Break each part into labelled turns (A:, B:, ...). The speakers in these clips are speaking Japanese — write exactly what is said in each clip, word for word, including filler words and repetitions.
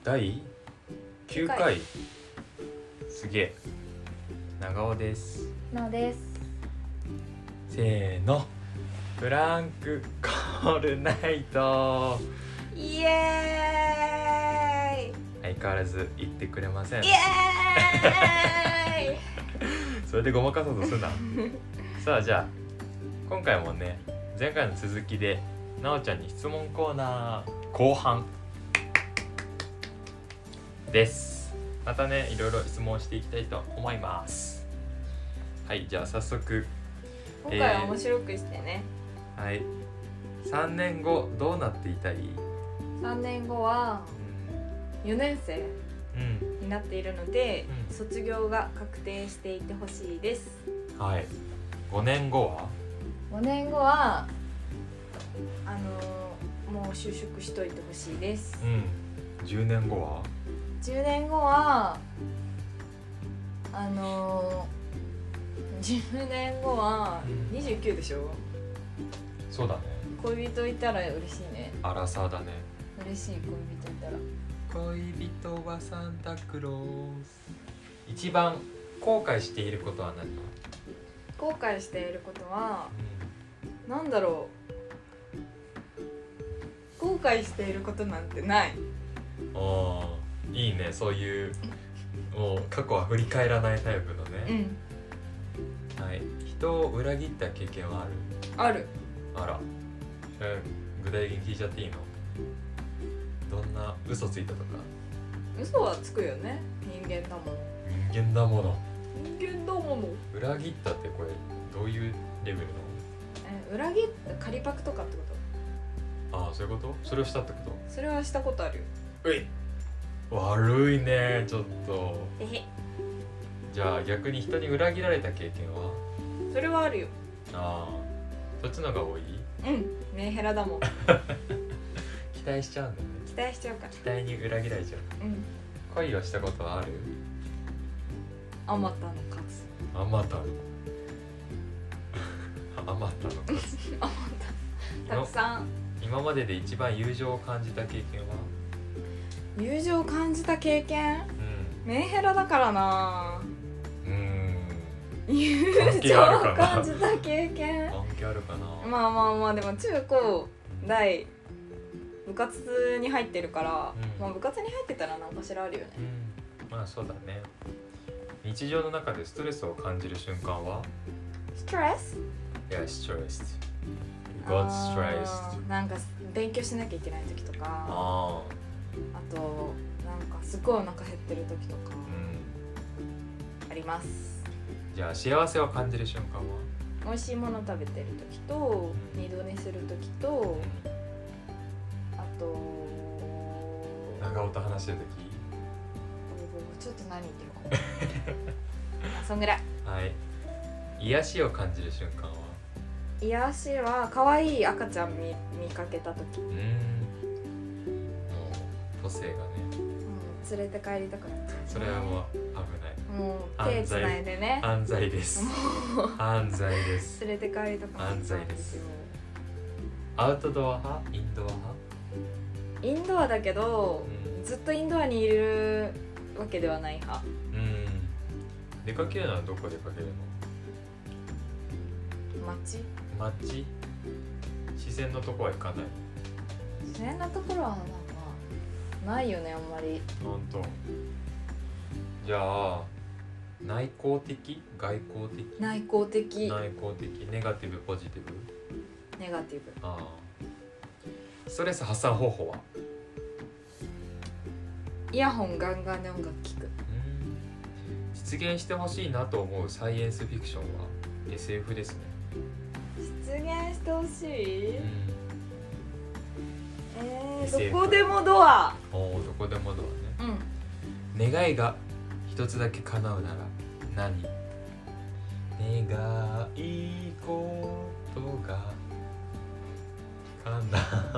A: だいきゅうかい。すげえ。長尾です。
B: のです。
A: せーの、フランクコールナイト。
B: イエーイ。
A: 相変わらず言ってくれません。
B: イエーイ
A: それでごまかそうとすんな。さあ、じゃあ今回もね、前回の続きでなおちゃんに質問コーナー後半です。またね、いろいろ質問していきたいと思います。はい、じゃあ早速
B: 今回は面白くしてね、
A: えー、はい、さんねんごどうなっていたい？
B: さんねんごはよねん生
A: うん
B: になっているので、
A: うん、
B: 卒業が確定していてほしいです。
A: はい。ごねんごは
B: ごねんごはあのー、もう就職しといてほしいです。
A: うん。じゅうねんごは
B: じゅうねんごはあのー、じゅうねんごはにじゅうきゅうでしょ、うん、
A: そうだね。
B: 恋人いたら嬉しいね。
A: アラサーだね。
B: 嬉しい、恋人いたら。
A: 恋人はサンタクロース。一番後悔していることは何？
B: 後悔していることは、うん、なんだろう。後悔していることなんてない。
A: ああ、いいね。そういうもう過去は振り返らないタイプのね、うん、はい。人を裏切った経験はある？ある。あら、それ具体的に聞いちゃっていいの？どんな嘘ついたとか？
B: 嘘はつくよね、人間だもの。
A: 人間だもの。
B: 人間だもの。裏
A: 切ったってこれどういうレベルの？
B: え、裏切った仮パクとかってこと？
A: ああ、そういうこと？それをしたってこと？そ
B: れはしたことあるよ。
A: うい、悪いね、ちょっと。
B: えへ。
A: じゃあ逆に人に裏切られた経験は？
B: それはあるよ。あ
A: あ、そっちのが多い？
B: うん、メンヘラだもん。
A: 期待しちゃうんだね。
B: 期待しちゃうから。
A: 期待に裏切られちゃう。うん。恋をしたことはある？
B: あまたの数。
A: あまたのあまたの数。
B: あまた。たくさん。
A: 今までで一番友情を感じた経験は？
B: 友情を感じた経験？うん。メンヘラだからな。うーん。友情を感じた経験。関係あるかな。まあまあまあ、でも中高大部活に入ってるから、うん、まあ部活に入ってたら何かしらあるよね。
A: うん、まあそうだね。日常の中でストレスを感じる瞬間は？
B: ストレス？
A: Yeah, stressed. You got stressed.
B: なんか勉強しなきゃいけない時とか、あ, あとなんかすごいお腹減ってる時とか、うん、あります。
A: じゃあ幸せを感じる瞬間は？
B: 美味しいもの食べてる時と、うん、二度寝する時と、うん、あと
A: 長尾と話してる時。
B: ちょっと何言ってるかな。そんぐらい。はい。
A: 癒しを感じる瞬間は？
B: 癒しは可愛い赤ちゃん 見, 見かけた時。うん。もう
A: 母性がね、
B: うん、連れて帰りたくなっちゃう。
A: それはもう危ない。
B: もう手つないでね。
A: 犯罪です。犯罪です。
B: 連れて帰りたくなっちゃうんですよ。
A: アウトドア派？インドア派？
B: インドアだけど、うん、ずっとインドアにいるわけではない派。うん。
A: 出かけるのはどこ出かけるの？
B: 街？
A: 街？自然のとこは行かない？
B: 自然なところはなんかないよね、あんまり。
A: 本当。じゃあ内向的？外向的？
B: 内向的。
A: 内向的。ネガティブ、ポジティブ？
B: ネガティブ。ああ。
A: ストレス発散方法は？
B: イヤホンガンガンで音楽聴く。
A: 実現してほしいなと思うサイエンスフィクションは？ エスエフ ですね。
B: 実現してほしい、うん、えー、
A: エスエフ。
B: どこでもドア。
A: おー、どこでもドアね。うん。願いが一つだけ叶うなら何？願い事が叶うな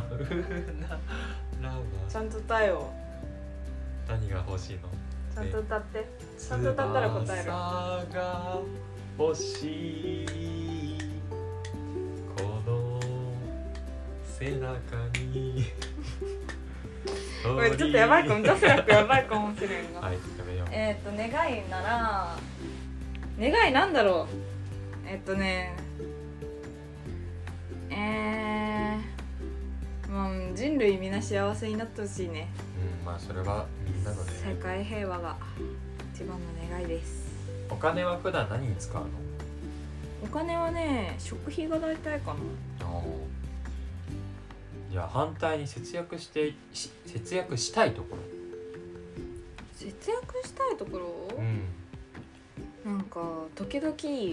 A: らば。
B: ちゃんと歌えよ。
A: 何が欲しいの？
B: ちゃんと歌って。ちゃんと歌ったら答える。
A: 翼が欲しいこの背中に
B: これちょっとやばいかも、ジャスラックやばいかもしれんが。
A: はい、やめよう。
B: えっと願いなら、願いなんだろう。えっとね、えー、もう人類みんな幸せになってほしいね。
A: うん、まあそれはみんなのね。
B: 世界平和が一番の願いです。
A: お金は普段何に使うの？
B: お金はね、食費が大体かな。
A: じゃあ反対に節約してし節約したいところ。
B: 節約したいところ？うん。なんか時々、うん、い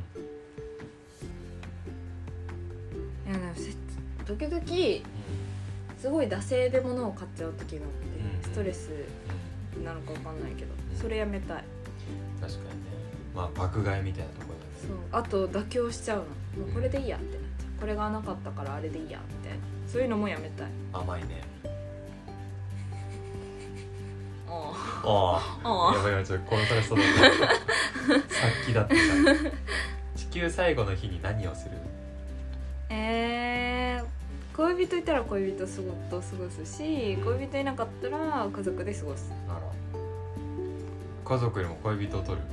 B: やね、時々、うん、すごい惰性で物を買っちゃう時があって、うん、ストレスなのかわかんないけど、うん、それやめたい。
A: 確かにね。まあ爆買いみたいなところだね。
B: そう。あと妥協しちゃうの。もうこれでいいやってなっちゃう。これがなかったからあれでいいやみたいな。そういうのもやめたい。
A: 甘いね。
B: あ
A: あ。ああ。やばいやばい、ちょっとこの楽しそうだった。さっきだったから。地球最後の日に何をする？
B: えー、恋人いたら恋人と過ごすし、恋人いなかったら家族で過ごす。あら。
A: 家族よりも恋人を取る？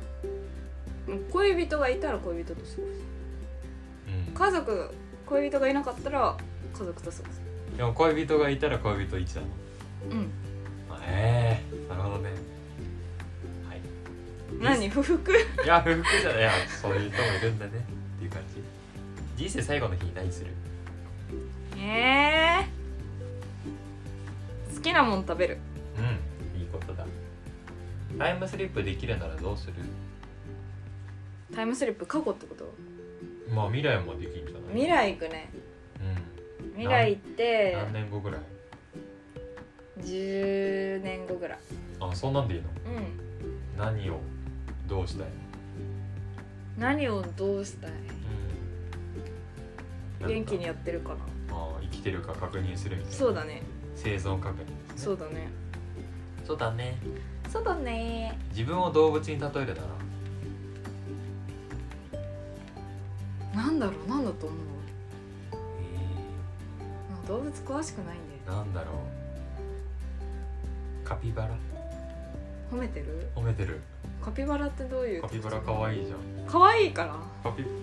B: 恋人がいたら恋人と過ごす。うん、家族恋人がいなかったら家族と過ごす。
A: でも恋人がいたら恋人一だもん。うん。ええー、なるほどね。はい。
B: 何？不服？
A: いや不服じゃない。いやそういう人もいるんだねっていう感じ。人生最後の日に何する？
B: ええー、好きなもん食べる。
A: うん、いいことだ。タイムスリップできるならどうする？
B: タイムスリップ過去ってこと？
A: まあ未来もできるんじゃない？
B: 未来行くね。うん。未来行って
A: 何年後ぐらい？
B: じゅうねんごぐらい。
A: あ、そんなんでいいの？うん。何をどうしたい？
B: 何をどうしたい？うん、元気にやってるかな。
A: ああ、生きてるか確認するみたいな。
B: そうだね。
A: 生存確認ですね。
B: そうだね。
A: そうだね。
B: そうだね。
A: 自分を動物に例えるなら？
B: なんだろう、なんだと思う？えー、動物詳しくないんで。
A: なんだろう。カピバラ？
B: 褒めてる？
A: 褒めてる。
B: カピバラってどういう？
A: カピバラ可愛いじゃん。
B: 可愛いから。
A: カピ、うん、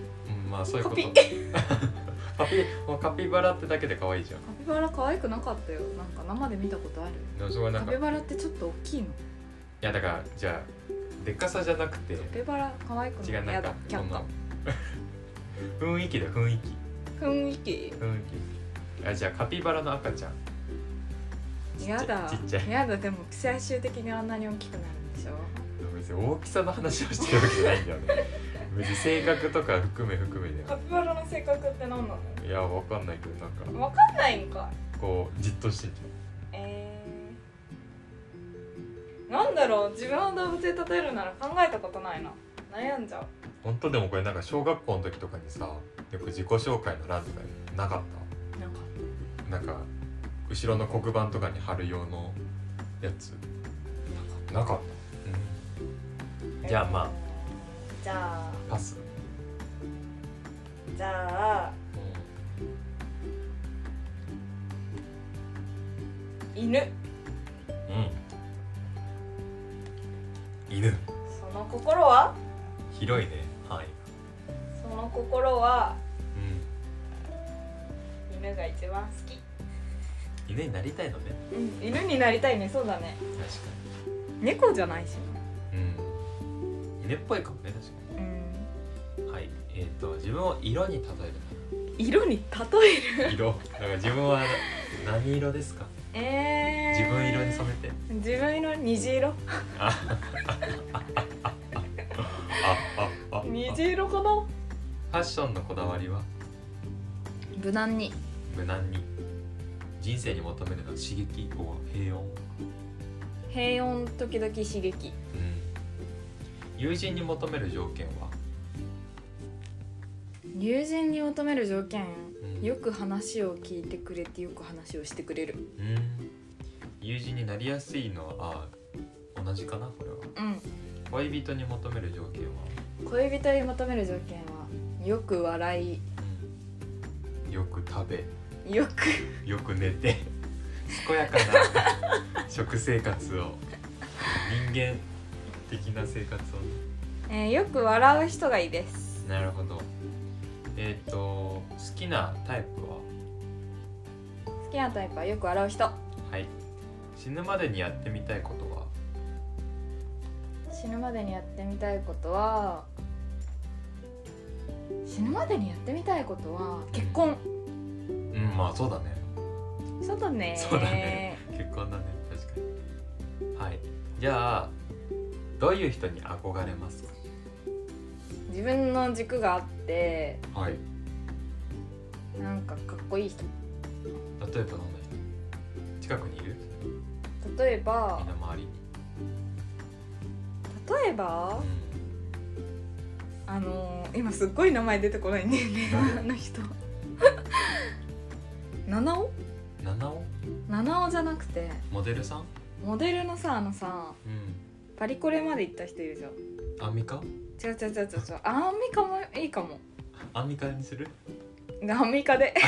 A: まあそういうこと。カピカピ、もうカピバラってだけで可愛いじゃん。
B: カピバラ可愛くなかったよ。なんか生で見たことある？でもそれなんかカピバラってちょっと大きいの。い
A: やだからじゃあでっかさじゃなくて。カ
B: ピバラ可愛くない？違う、なんかキャッカ。
A: 雰囲気だ、雰囲気。
B: 雰囲気？
A: 雰囲気。あ、じゃあカピバラの赤ちゃん。
B: やだ。ちっちゃい。やだ、でも最終的にあんなに大きくなるんでしょ？
A: 別に大きさの話をしてるわけじゃないんだよね。別に性格とか含め含めで。
B: カピバラの性格って何なの？
A: いや、わかんないけど、なんか。
B: わかんないんかい。
A: こうじっとしてんじ
B: ゃん。えー。なんだろう、自分の動物で例えるなら考えたことないな。悩んじゃう。
A: 本当でもこれなんか小学校の時とかにさ、よく自己紹介の欄とかなかった？なんかなんか後ろの黒板とかに貼る用のやつなかった。うん、じゃあまあ
B: じゃあ
A: パス。
B: じゃあ、うん、犬。
A: うん、犬。
B: その心は？
A: 広いね。はい。
B: その心は、うん、犬が一番好き。
A: 犬になりたいのね。
B: うん、犬になりたいね。そうだね。
A: 確か
B: に。猫じゃないし。
A: うん。犬っぽいかもね、確かに。うん。はい。えっと自分を色に例えるなら。
B: 色に例える？
A: 色。だから自分は何色ですか？えー。自分色に染めて。
B: 自分色虹色。あ。虹色かな。
A: ファッションのこだわりは？
B: 無難に。
A: 無難に。人生に求めるのは刺激を平穏。
B: 平穏、時々刺激。うん。
A: 友人に求める条件は？
B: 友人に求める条件、うん、よく話を聞いてくれてよく話をしてくれる。うん。
A: 友人になりやすいのはあ同じかなこれは。うん。恋人に求める条件は？
B: 恋人に求める条件はよく笑い、
A: うん、よく食べ、
B: よく
A: よく寝て健やかな食生活を人間的な生活を、
B: えー、よく笑う人がいいです。
A: なるほど。えっ、ー、と好きなタイプは
B: 好きなタイプはよく笑う人。はい。
A: 死ぬまでにやってみたいことは
B: 死ぬまでにやってみたいことは死ぬまでにやってみたいことは結婚。
A: うん、まあそうだね。
B: そうだね。
A: そうだね。結婚だね。確かに。はい。じゃあどういう人に憧れますか？
B: 自分の軸があって、
A: はい。
B: なんかかっこいい人。
A: 例えばどんな人？近くにいる？
B: 例えば。
A: 身の回りに。
B: 例えば、うん、あのー、今すっごい名前出てこないんだよね。あの人。七尾？
A: 七尾？
B: 七尾じゃなくて。
A: モデルさん？
B: モデルのさ、あのさ、うん、パリコレまで行った人いるじゃん。
A: アンミカ？
B: 違う違う違う違う。アンミカもいいかも。
A: アンミカにする？
B: アンミカで。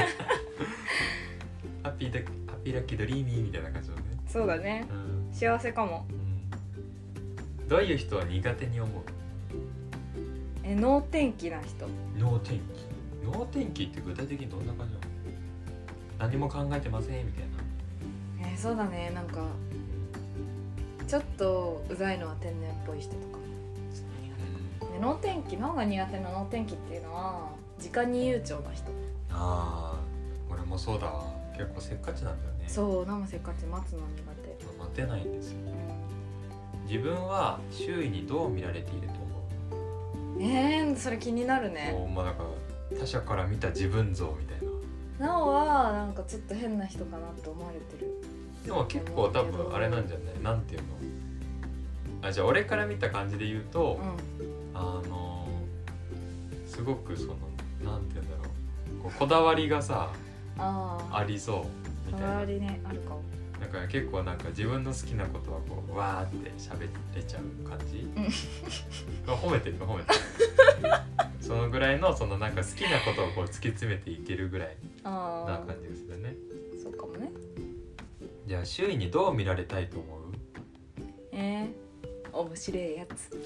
A: ハッピーだ、ハッピーラッキードリーミーみたいな感じだね。
B: そうだね。うん、幸せかも。
A: うん、どういう人は苦手に思う？
B: え、能天気な人。
A: 能天気。能天気って具体的にどんな感じなの？何も考えてませんみたい
B: な。えー、そうだね。なんかちょっとうざいのは天然っぽい人とか。うん、能天気、脳が苦手な能天気っていうのは時間に悠長な人。
A: ああ、俺もそうだわ。結構せっかちなんだよね。
B: そう、生せっかち、待つの苦手。
A: 待てないんですよ、うん、自分は周囲にどう見られていると思う？
B: えー、それ気になるね。
A: そう、まあ、だから他者から見た自分像みたいな。
B: なおはなんかちょっと変な人かなって思われてる。
A: でも結構多分あれなんじゃない？なんていうの？あ、じゃあ俺から見た感じで言うと、うん、あのすごくそのなんていうんだろう、こうこだわりがさ あ, ありそうみたいな。
B: こだわりね、あるかも。
A: なんか結構なんか自分の好きなことはこうわーって喋れちゃう感じ。褒めてる褒めてる。そのぐらいのそのなんか好きなことをこう突き詰めていけるぐらいな感じですよね。
B: そうかもね。
A: じゃあ周囲にどう見られたいと思う？
B: えー、面白いやつ。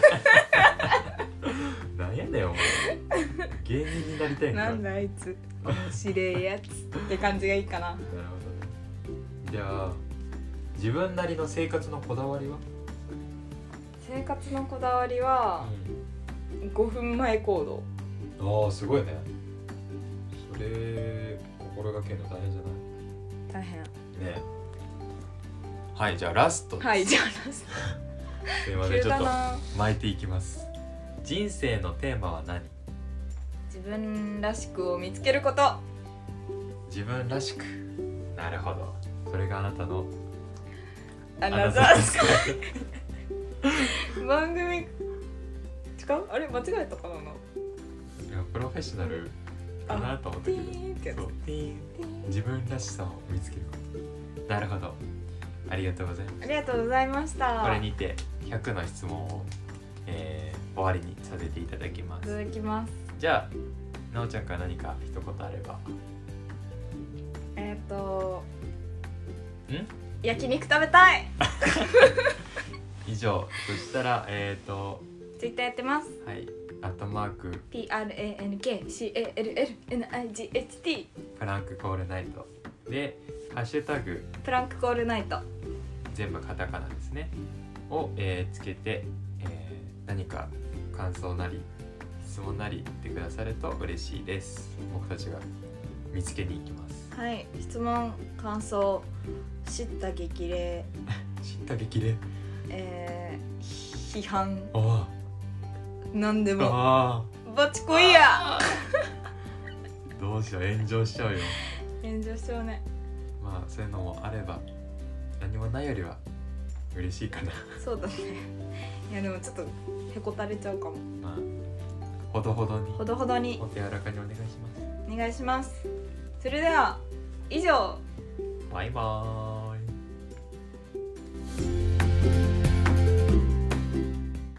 A: なんやねんお前。芸人になりたいんだ。
B: なんだあいつ面白いやつって感じがいいかな。なるほどね。
A: じゃあ自分なりの生活のこだわりは？
B: 生活のこだわりは、うん、ごふんまえ行
A: 動。ああ、すごいね。それ心がけるの大変じゃない？
B: 大変
A: ね。はい、じゃあラストです。
B: はい、じゃあラスト。
A: すいません、ちょっと巻いていきます。人生のテーマは何？
B: 自分らしくを見つけること。
A: 自分らしく。なるほど。それがあなたの
B: アナザースカイ。番組違う？あれ間違えたかなの？
A: いや、プロフェッショナルかなと思ったけど、そう、自分らしさを見つけること。なるほど。ありがとうございます。
B: ありがとうございました。
A: これにてひゃくの質問を、えー、終わりにさせていただきます。
B: いただきます。
A: じゃあ、なおちゃんから何か一言あれば。
B: えっ、ー、と
A: ん？
B: 焼肉食べたい。
A: 以上。そしたらえっ、ー、と
B: ツイッターやってます。
A: はい。アットマーク
B: ピーアールエーエヌケーシーエーエルエルエヌアイジーエイチティー
A: プランクコールナイトでハッシュタグ
B: プランクコールナイト
A: 全部カタカナですねを、えー、つけて、えー、何か感想なり質問なり言ってくださると嬉しいです。僕たちが見つけに行きます。
B: はい。質問、感想、知った激励
A: 知った激励、
B: えー、批判、
A: あ
B: なんでも
A: あ
B: バチコイや。
A: どうしよう、炎上しちゃうよ。
B: 炎上しちゃうね。
A: まあそういうのもあれば何もないよりは嬉しいかな。
B: そうだね。いやでもちょっとへこたれちゃうかも。
A: まあほどほどに
B: ほどほどに
A: お手柔らかにお願いします。
B: お願いします。それでは以上、
A: バイバーイ。